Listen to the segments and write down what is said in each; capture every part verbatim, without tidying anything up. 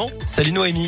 maintenant. Salut Noémie.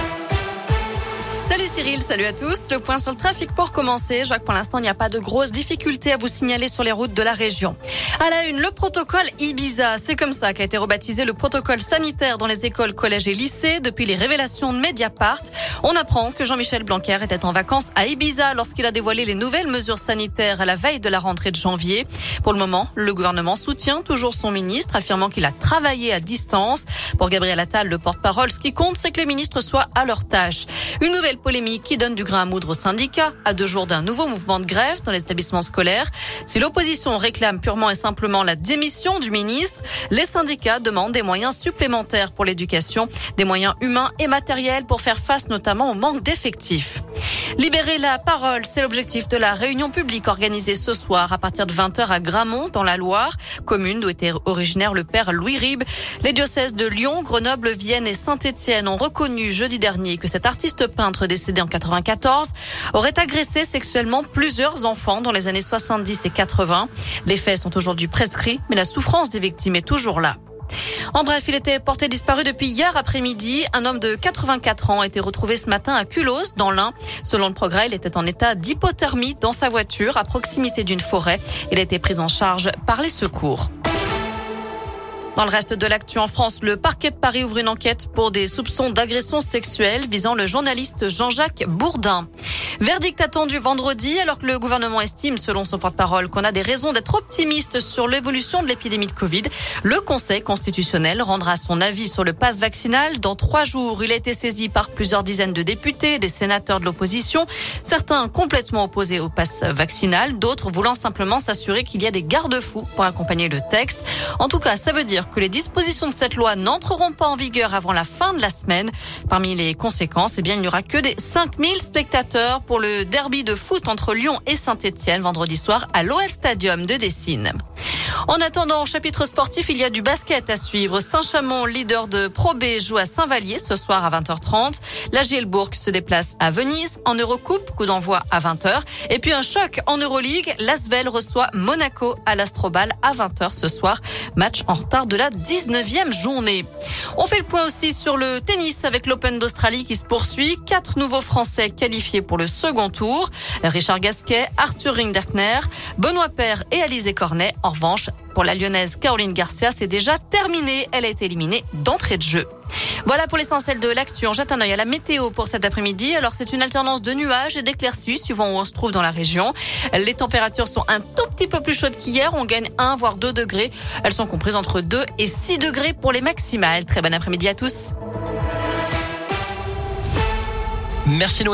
Salut Cyril, salut à tous. Le point sur le trafic pour commencer. Je vois que pour l'instant, il n'y a pas de grosses difficultés à vous signaler sur les routes de la région. À la une, le protocole Ibiza. C'est comme ça qu'a été rebaptisé le protocole sanitaire dans les écoles, collèges et lycées depuis les révélations de Mediapart. On apprend que Jean-Michel Blanquer était en vacances à Ibiza lorsqu'il a dévoilé les nouvelles mesures sanitaires à la veille de la rentrée de janvier. Pour le moment, le gouvernement soutient toujours son ministre, affirmant qu'il a travaillé à distance. Pour Gabriel Attal, le porte-parole, ce qui compte, c'est que les ministres soient à leur tâche. Une nouvelle polémique qui donne du grain à moudre aux syndicats à deux jours d'un nouveau mouvement de grève dans les établissements scolaires. Si l'opposition réclame purement et simplement la démission du ministre, les syndicats demandent des moyens supplémentaires pour l'éducation, des moyens humains et matériels pour faire face notamment au manque d'effectifs. Libérer la parole, c'est l'objectif de la réunion publique organisée ce soir à partir de vingt heures à Gramont, dans la Loire, commune d'où était originaire le père Louis Ribes. Les diocèses de Lyon, Grenoble, Vienne et Saint-Étienne ont reconnu jeudi dernier que cet artiste peintre décédé en quatre-vingt-quatorze aurait agressé sexuellement plusieurs enfants dans les années soixante-dix et quatre-vingts. Les faits sont aujourd'hui prescrits, mais la souffrance des victimes est toujours là. En bref, il était porté disparu depuis hier après-midi. Un homme de quatre-vingt-quatre ans a été retrouvé ce matin à Culose, dans l'Ain. Selon le Progrès, il était en état d'hypothermie dans sa voiture à proximité d'une forêt. Il a été pris en charge par les secours. Dans le reste de l'actu en France, le parquet de Paris ouvre une enquête pour des soupçons d'agression sexuelle visant le journaliste Jean-Jacques Bourdin. Verdict attendu vendredi, alors que le gouvernement estime, selon son porte-parole, qu'on a des raisons d'être optimiste sur l'évolution de l'épidémie de Covid. Le Conseil constitutionnel rendra son avis sur le pass vaccinal dans trois jours. Il a été saisi par plusieurs dizaines de députés, des sénateurs de l'opposition, certains complètement opposés au pass vaccinal, d'autres voulant simplement s'assurer qu'il y a des garde-fous pour accompagner le texte. En tout cas, ça veut dire que les dispositions de cette loi n'entreront pas en vigueur avant la fin de la semaine. Parmi les conséquences, eh bien, il n'y aura que des cinq mille spectateurs pour le derby de foot entre Lyon et Saint-Étienne vendredi soir à l'O L Stadium de Dessines. En attendant, au chapitre sportif, il y a du basket à suivre. Saint-Chamond, leader de Pro B, joue à Saint-Vallier ce soir à vingt heures trente. La Gielbourg se déplace à Venise. En Eurocoupe, coup d'envoi à vingt heures. Et puis un choc en Euroleague. L'Asvel reçoit Monaco à l'Astrobal à vingt heures ce soir. Match en retard de la dix-neuvième journée. On fait le point aussi sur le tennis avec l'Open d'Australie qui se poursuit. Quatre nouveaux Français qualifiés pour le second tour. Richard Gasquet, Arthur Rinderkner, Benoît Paire et Alizé Cornet. En revanche, pour la Lyonnaise Caroline Garcia, c'est déjà terminé. Elle a été éliminée d'entrée de jeu. Voilà pour l'essentiel de l'actu. On jette un œil à la météo pour cet après-midi. Alors, c'est une alternance de nuages et d'éclaircies suivant où on se trouve dans la région. Les températures sont un tout petit peu plus chaudes qu'hier. On gagne un voire deux degrés. Elles sont comprises entre deux et six degrés pour les maximales. Très bon après-midi à tous. Merci Noémie.